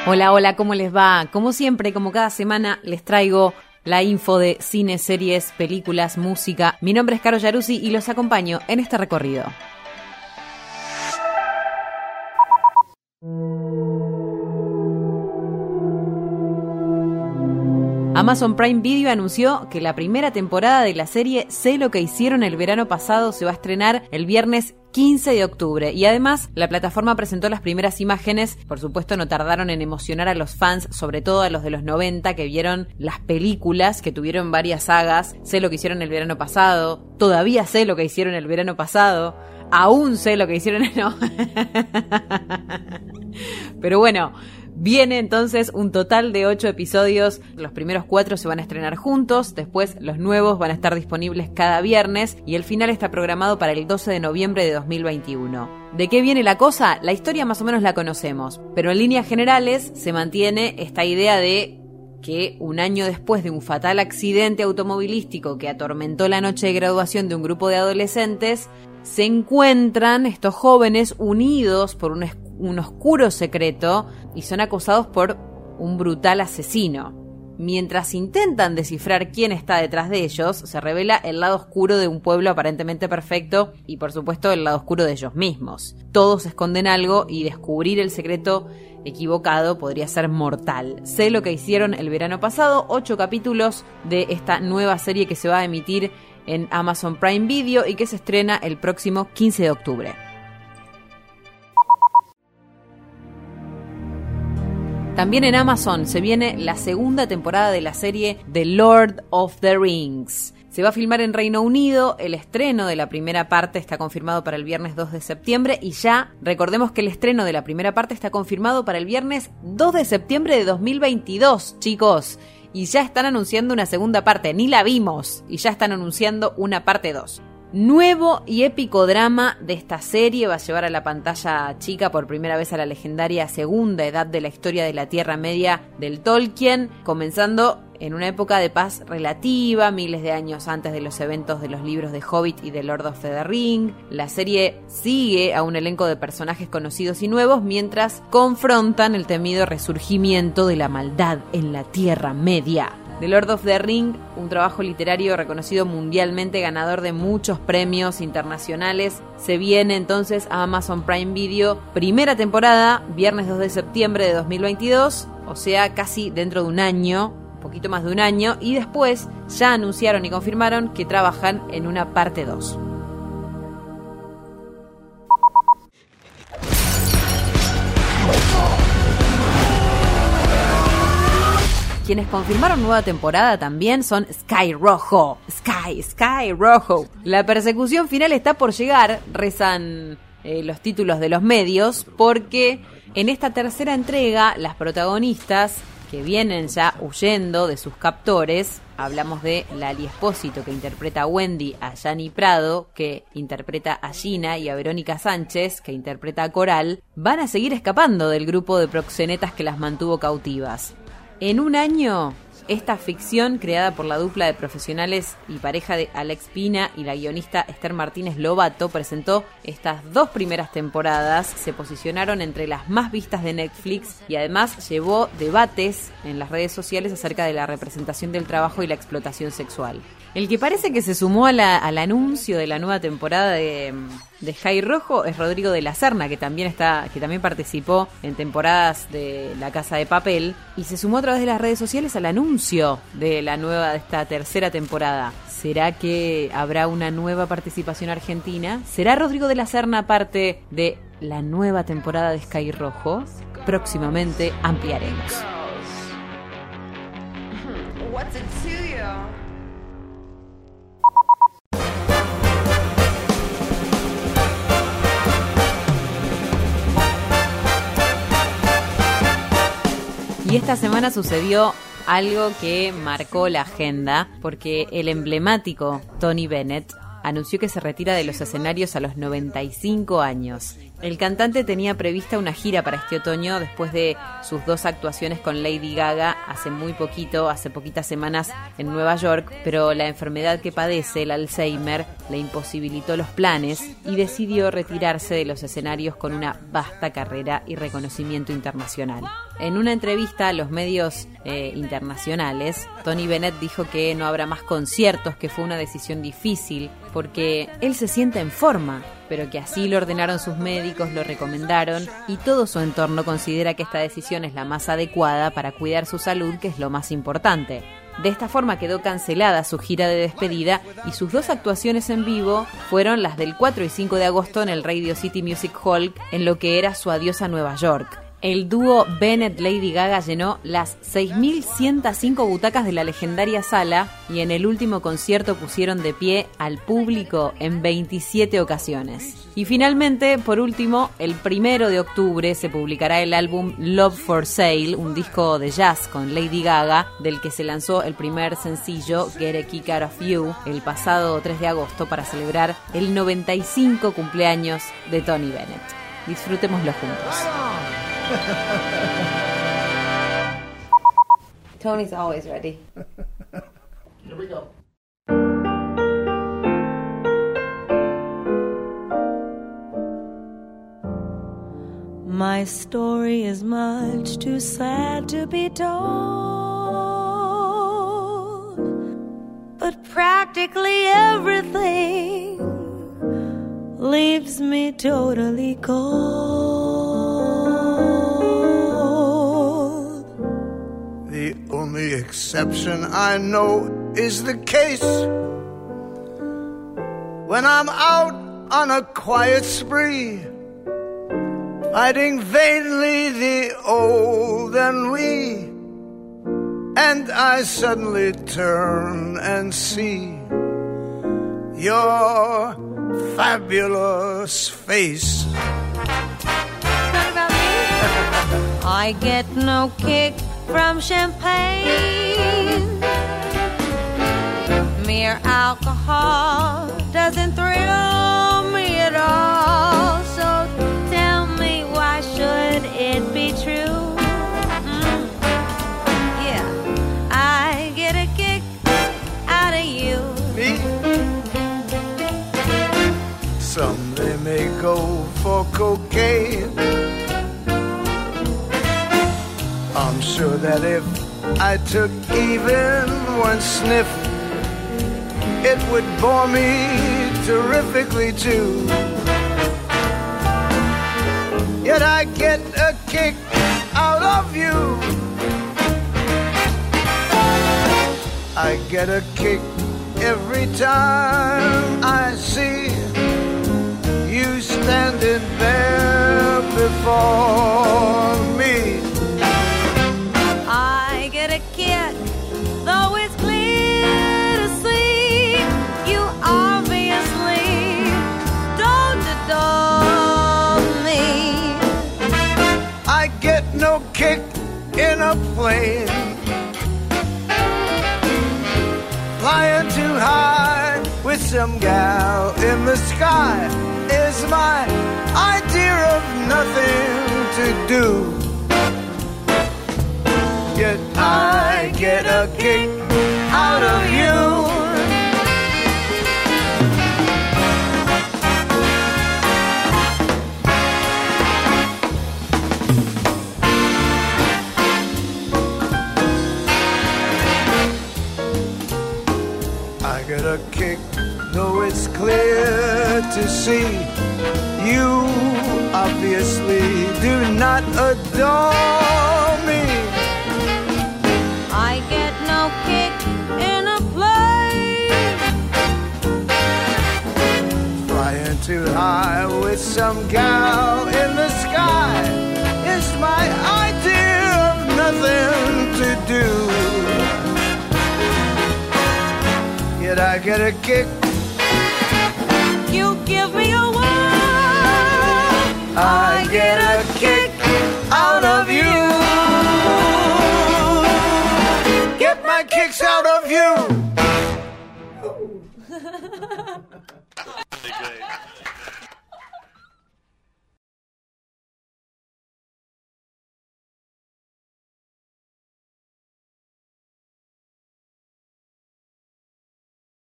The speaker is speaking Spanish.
Hola, hola, ¿cómo les va? Como siempre, como cada semana, les traigo la info de cine, series, películas, música. Mi nombre es Caro Yaruzzi y los acompaño en este recorrido. Amazon Prime Video anunció que la primera temporada de la serie Sé lo que hicieron el verano pasado se va a estrenar el viernes 15 de octubre y además la plataforma presentó las primeras imágenes. Por supuesto no tardaron en emocionar a los fans, sobre todo a los de los 90 que vieron las películas que tuvieron varias sagas. Sé lo que hicieron el verano pasado, todavía sé lo que hicieron el verano pasado, aún sé lo que hicieron no. Pero bueno, viene entonces un total de 8 episodios. Los primeros 4 se van a estrenar juntos, después los nuevos van a estar disponibles cada viernes y el final está programado para el 12 de noviembre de 2021. ¿De qué viene la cosa? La historia más o menos la conocemos, pero en líneas generales se mantiene esta idea de que un año después de un fatal accidente automovilístico que atormentó la noche de graduación de un grupo de adolescentes, se encuentran estos jóvenes unidos por un oscuro secreto y son acosados por un brutal asesino. Mientras intentan descifrar quién está detrás de ellos, se revela el lado oscuro de un pueblo aparentemente perfecto y por supuesto el lado oscuro de ellos mismos. Todos esconden algo y descubrir el secreto equivocado podría ser mortal. Sé lo que hicieron el verano pasado, 8 capítulos de esta nueva serie que se va a emitir en Amazon Prime Video y que se estrena el próximo 15 de octubre. También en Amazon se viene la segunda temporada de la serie The Lord of the Rings. Se va a filmar en Reino Unido, el estreno de la primera parte está confirmado para el viernes 2 de septiembre y ya, recordemos que el estreno de la primera parte está confirmado para el viernes 2 de septiembre de 2022, chicos. Y ya están anunciando una segunda parte, ni la vimos, y ya están anunciando una parte 2. Nuevo y épico drama de esta serie va a llevar a la pantalla chica por primera vez a la legendaria segunda edad de la historia de la Tierra Media del Tolkien, comenzando en una época de paz relativa, miles de años antes de los eventos de los libros de Hobbit y de Lord of the Ring. La serie sigue a un elenco de personajes conocidos y nuevos mientras confrontan el temido resurgimiento de la maldad en la Tierra Media. The Lord of the Ring, un trabajo literario reconocido mundialmente, ganador de muchos premios internacionales, se viene entonces a Amazon Prime Video, primera temporada, viernes 2 de septiembre de 2022, o sea, casi dentro de un año, un poquito más de un año, y después ya anunciaron y confirmaron que trabajan en una parte 2. Quienes confirmaron nueva temporada también son Sky Rojo. Sky Rojo. La persecución final está por llegar, rezan los títulos de los medios, porque en esta tercera entrega las protagonistas que vienen ya huyendo de sus captores, hablamos de Lali Espósito que interpreta a Wendy, a Yani Prado que interpreta a Gina y a Verónica Sánchez que interpreta a Coral, van a seguir escapando del grupo de proxenetas que las mantuvo cautivas. En un año, esta ficción creada por la dupla de profesionales y pareja de Alex Pina y la guionista Esther Martínez Lobato presentó estas 2 primeras temporadas, se posicionaron entre las más vistas de Netflix y además llevó debates en las redes sociales acerca de la representación del trabajo y la explotación sexual. El que parece que se sumó al anuncio de la nueva temporada de Sky Rojo es Rodrigo de la Serna, que también participó en temporadas de La Casa de Papel y se sumó a través de las redes sociales al anuncio de esta tercera temporada. ¿Será que habrá una nueva participación argentina? ¿Será Rodrigo de la Serna parte de la nueva temporada de Sky Rojo? Próximamente ampliaremos. What's it to you? Y esta semana sucedió algo que marcó la agenda, porque el emblemático Tony Bennett anunció que se retira de los escenarios a los 95 años. El cantante tenía prevista una gira para este otoño después de sus 2 actuaciones con Lady Gaga hace poquitas semanas en Nueva York, pero la enfermedad que padece, el Alzheimer, le imposibilitó los planes y decidió retirarse de los escenarios con una vasta carrera y reconocimiento internacional. En una entrevista a los medios internacionales, Tony Bennett dijo que no habrá más conciertos, que fue una decisión difícil porque él se siente en forma, pero que así lo ordenaron sus médicos, lo recomendaron y todo su entorno considera que esta decisión es la más adecuada para cuidar su salud, que es lo más importante. De esta forma quedó cancelada su gira de despedida y sus 2 actuaciones en vivo fueron las del 4 y 5 de agosto en el Radio City Music Hall, en lo que era su adiós a Nueva York. El dúo Bennett-Lady Gaga llenó las 6.105 butacas de la legendaria sala y en el último concierto pusieron de pie al público en 27 ocasiones. Y finalmente, por último, el 1 de octubre se publicará el álbum Love for Sale, un disco de jazz con Lady Gaga, del que se lanzó el primer sencillo Get a Kick Out of You el pasado 3 de agosto para celebrar el 95 cumpleaños de Tony Bennett. Disfrutémoslo juntos. Tony's always ready. Here we go. My story is much too sad to be told, but practically everything leaves me totally cold. The only exception I know is the case when I'm out on a quiet spree, fighting vainly the old ennui, and I suddenly turn and see your fabulous face. What about me? I get no kick from champagne. Mere alcohol doesn't thrill me at all. So tell me, why should it be true? Yeah, I get a kick out of you. Me? Someday may go for cocaine. I'm sure that if I took even one sniff, it would bore me terrifically too. Yet I get a kick out of you. I get a kick every time I see you standing there before me. I get a kick, though it's clear to see you obviously don't adore me. I get no kick in a plane, flying too high with some gal in the sky is my idea of nothing to do. Yet I get a kick out of you. I get a kick, though it's clear to see you obviously do not adore me. I get no kick in a plane, Flying too high with some gal in the sky is my idea of nothing to do. Yet I get a kick. you give me